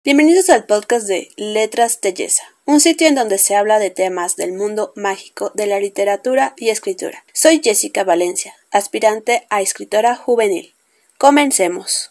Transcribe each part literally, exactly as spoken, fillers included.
Bienvenidos al podcast de Letras Telleza, un sitio en donde se habla de temas del mundo mágico de la literatura y escritura. Soy Jessica Valencia, aspirante a escritora juvenil. Comencemos.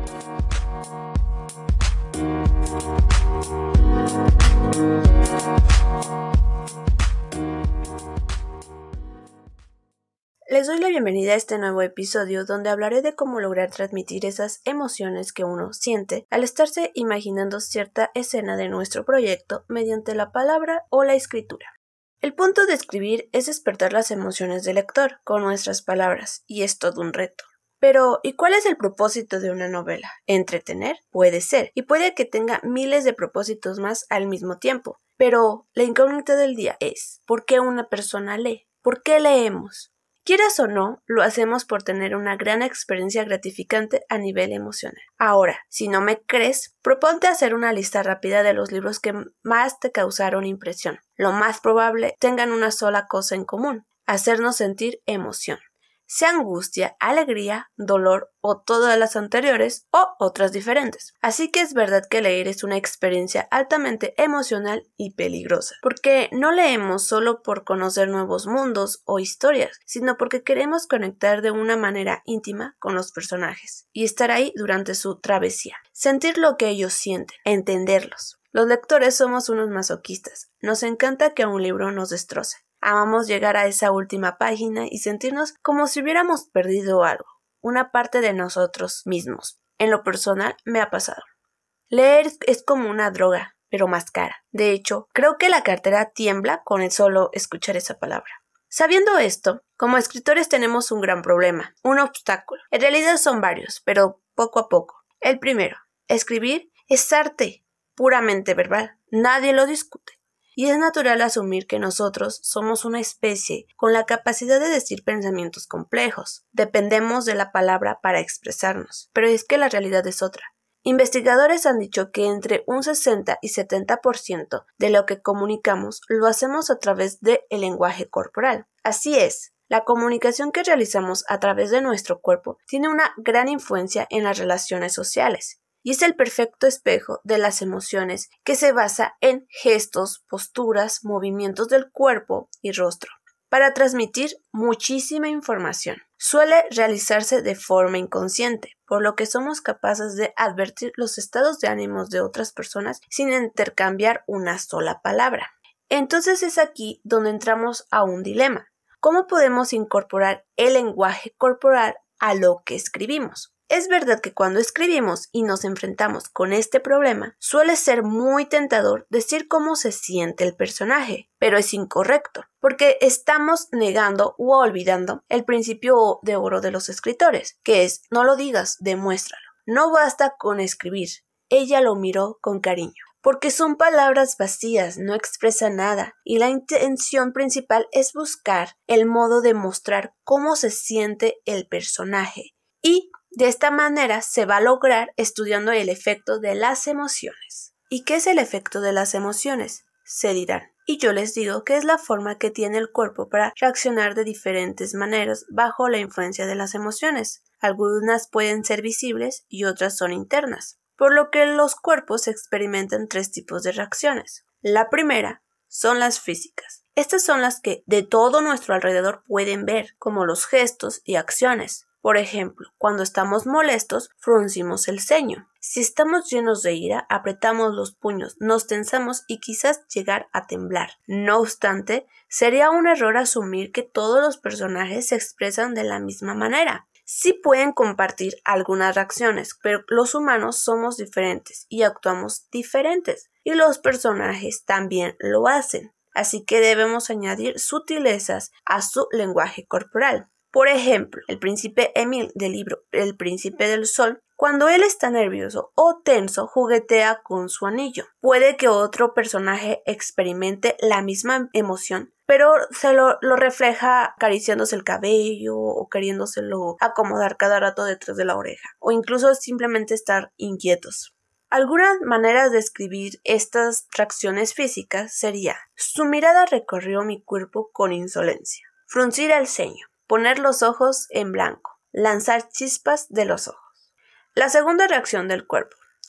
Les doy la bienvenida a este nuevo episodio donde hablaré de cómo lograr transmitir esas emociones que uno siente al estarse imaginando cierta escena de nuestro proyecto mediante la palabra o la escritura. El punto de escribir es despertar las emociones del lector con nuestras palabras y es todo un reto. Pero, ¿y cuál es el propósito de una novela? ¿Entretener? Puede ser, y puede que tenga miles de propósitos más al mismo tiempo. Pero la incógnita del día es, ¿por qué una persona lee? ¿Por qué leemos? Quieras o no, lo hacemos por tener una gran experiencia gratificante a nivel emocional. Ahora, si no me crees, proponte hacer una lista rápida de los libros que más te causaron impresión. Lo más probable tengan una sola cosa en común: hacernos sentir emoción. Sea angustia, alegría, dolor o todas las anteriores o otras diferentes. Así que es verdad que leer es una experiencia altamente emocional y peligrosa, porque no leemos solo por conocer nuevos mundos o historias, sino porque queremos conectar de una manera íntima con los personajes y estar ahí durante su travesía, sentir lo que ellos sienten, entenderlos. Los lectores somos unos masoquistas, nos encanta que un libro nos destroce. Amamos llegar a esa última página y sentirnos como si hubiéramos perdido algo, una parte de nosotros mismos. En lo personal, me ha pasado. Leer es como una droga, pero más cara. De hecho, creo que la cartera tiembla con el solo escuchar esa palabra. Sabiendo esto, como escritores tenemos un gran problema, un obstáculo. En realidad son varios, pero poco a poco. El primero, escribir es arte, puramente verbal. Nadie lo discute. Y es natural asumir que nosotros somos una especie con la capacidad de decir pensamientos complejos. Dependemos de la palabra para expresarnos. Pero es que la realidad es otra. Investigadores han dicho que entre un sesenta y setenta por ciento de lo que comunicamos lo hacemos a través del lenguaje corporal. Así es. La comunicación que realizamos a través de nuestro cuerpo tiene una gran influencia en las relaciones sociales. Y es el perfecto espejo de las emociones que se basa en gestos, posturas, movimientos del cuerpo y rostro, para transmitir muchísima información. Suele realizarse de forma inconsciente, por lo que somos capaces de advertir los estados de ánimos de otras personas sin intercambiar una sola palabra. Entonces es aquí donde entramos a un dilema. ¿Cómo podemos incorporar el lenguaje corporal a lo que escribimos? Es verdad que cuando escribimos y nos enfrentamos con este problema, suele ser muy tentador decir cómo se siente el personaje, pero es incorrecto, porque estamos negando u olvidando el principio de oro de los escritores, que es: no lo digas, demuéstralo. No basta con escribir. Ella lo miró con cariño. Porque son palabras vacías, no expresan nada, y la intención principal es buscar el modo de mostrar cómo se siente el personaje, y de esta manera se va a lograr estudiando el efecto de las emociones. ¿Y qué es el efecto de las emociones? Se dirán. Y yo les digo que es la forma que tiene el cuerpo para reaccionar de diferentes maneras bajo la influencia de las emociones. Algunas pueden ser visibles y otras son internas, por lo que los cuerpos experimentan tres tipos de reacciones. La primera son las físicas. Estas son las que de todo nuestro alrededor pueden ver, como los gestos y acciones. Por ejemplo, cuando estamos molestos, fruncimos el ceño. Si estamos llenos de ira, apretamos los puños, nos tensamos y quizás llegar a temblar. No obstante, sería un error asumir que todos los personajes se expresan de la misma manera. Sí pueden compartir algunas reacciones, pero los humanos somos diferentes y actuamos diferentes, y los personajes también lo hacen. Así que debemos añadir sutilezas a su lenguaje corporal. Por ejemplo, el príncipe Emil del libro El Príncipe del Sol, cuando él está nervioso o tenso, juguetea con su anillo. Puede que otro personaje experimente la misma emoción, pero se lo, lo refleja acariciándose el cabello o queriéndoselo acomodar cada rato detrás de la oreja, o incluso simplemente estar inquietos. Algunas maneras de escribir estas reacciones físicas sería: su mirada recorrió mi cuerpo con insolencia, fruncir el ceño, poner los ojos en blanco, lanzar chispas de los ojos. La segunda reacción del cuerpo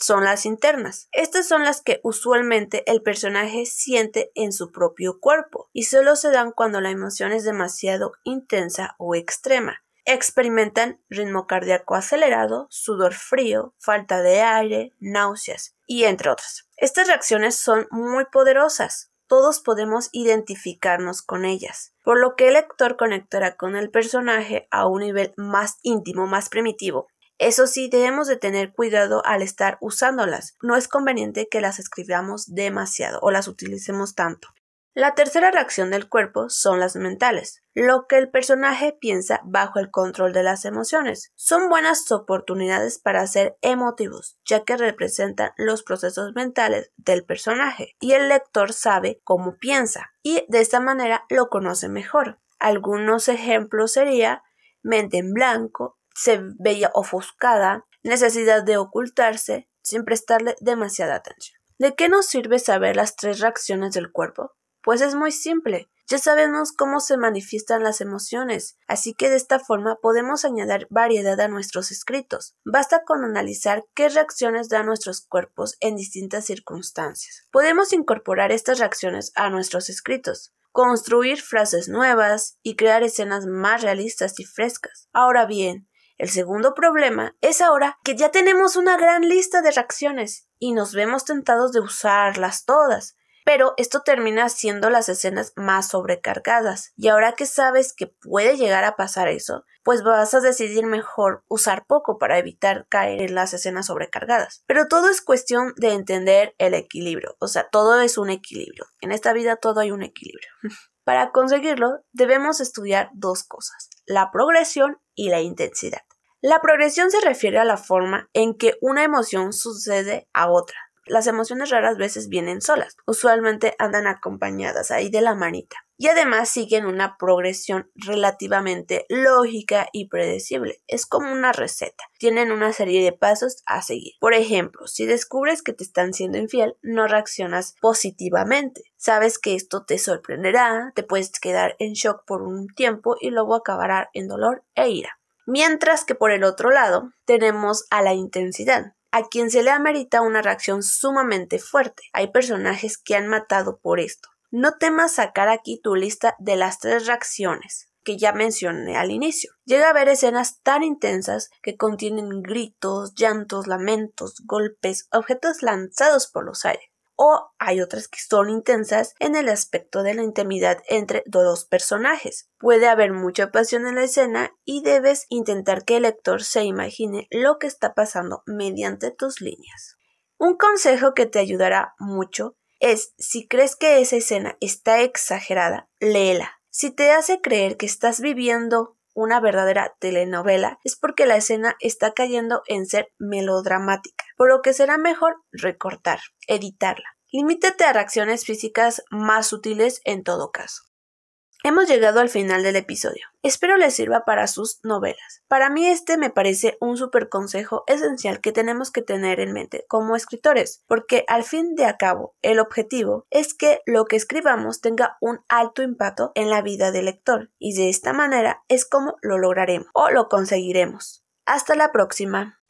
son las internas. Estas son las que usualmente el personaje siente en su propio cuerpo y solo se dan cuando la emoción es demasiado intensa o extrema. Experimentan ritmo cardíaco acelerado, sudor frío, falta de aire, náuseas y entre otras. Estas reacciones son muy poderosas. Todos podemos identificarnos con ellas, por lo que el lector conectará con el personaje a un nivel más íntimo, más primitivo. Eso sí, debemos de tener cuidado al estar usándolas. No es conveniente que las escribamos demasiado o las utilicemos tanto. La tercera reacción del cuerpo son las mentales, lo que el personaje piensa bajo el control de las emociones. Son buenas oportunidades para ser emotivos, ya que representan los procesos mentales del personaje y el lector sabe cómo piensa y de esta manera lo conoce mejor. Algunos ejemplos serían mente en blanco, se veía ofuscada, necesidad de ocultarse, sin prestarle demasiada atención. ¿De qué nos sirve saber las tres reacciones del cuerpo? Pues es muy simple. Ya sabemos cómo se manifiestan las emociones, así que de esta forma podemos añadir variedad a nuestros escritos. Basta con analizar qué reacciones dan nuestros cuerpos en distintas circunstancias. Podemos incorporar estas reacciones a nuestros escritos, construir frases nuevas y crear escenas más realistas y frescas. Ahora bien, el segundo problema es ahora que ya tenemos una gran lista de reacciones y nos vemos tentados de usarlas todas, pero esto termina siendo las escenas más sobrecargadas y ahora que sabes que puede llegar a pasar eso, pues vas a decidir mejor usar poco para evitar caer en las escenas sobrecargadas. Pero todo es cuestión de entender el equilibrio, o sea, todo es un equilibrio. En esta vida todo hay un equilibrio. Para conseguirlo, debemos estudiar dos cosas, la progresión y la intensidad. La progresión se refiere a la forma en que una emoción sucede a otra. Las emociones raras veces vienen solas, usualmente andan acompañadas ahí de la manita, y además siguen una progresión relativamente lógica y predecible. Es como una receta, tienen una serie de pasos a seguir. Por ejemplo, si descubres que te están siendo infiel, no reaccionas positivamente. Sabes que esto te sorprenderá, te puedes quedar en shock por un tiempo y luego acabará en dolor e ira. Mientras que por el otro lado tenemos a la intensidad, a quien se le amerita una reacción sumamente fuerte. Hay personajes que han matado por esto. No temas sacar aquí tu lista de las tres reacciones que ya mencioné al inicio. Llega a haber escenas tan intensas que contienen gritos, llantos, lamentos, golpes, objetos lanzados por los aires. O hay otras que son intensas en el aspecto de la intimidad entre dos personajes. Puede haber mucha pasión en la escena y debes intentar que el lector se imagine lo que está pasando mediante tus líneas. Un consejo que te ayudará mucho es, si crees que esa escena está exagerada, léela. Si te hace creer que estás viviendo una verdadera telenovela, es porque la escena está cayendo en ser melodramática, por lo que será mejor recortar, editarla. Limítate a reacciones físicas más sutiles en todo caso. Hemos llegado al final del episodio. Espero les sirva para sus novelas. Para mí este me parece un súper consejo esencial que tenemos que tener en mente como escritores, porque al fin de a cabo el objetivo es que lo que escribamos tenga un alto impacto en la vida del lector y de esta manera es como lo lograremos o lo conseguiremos. Hasta la próxima.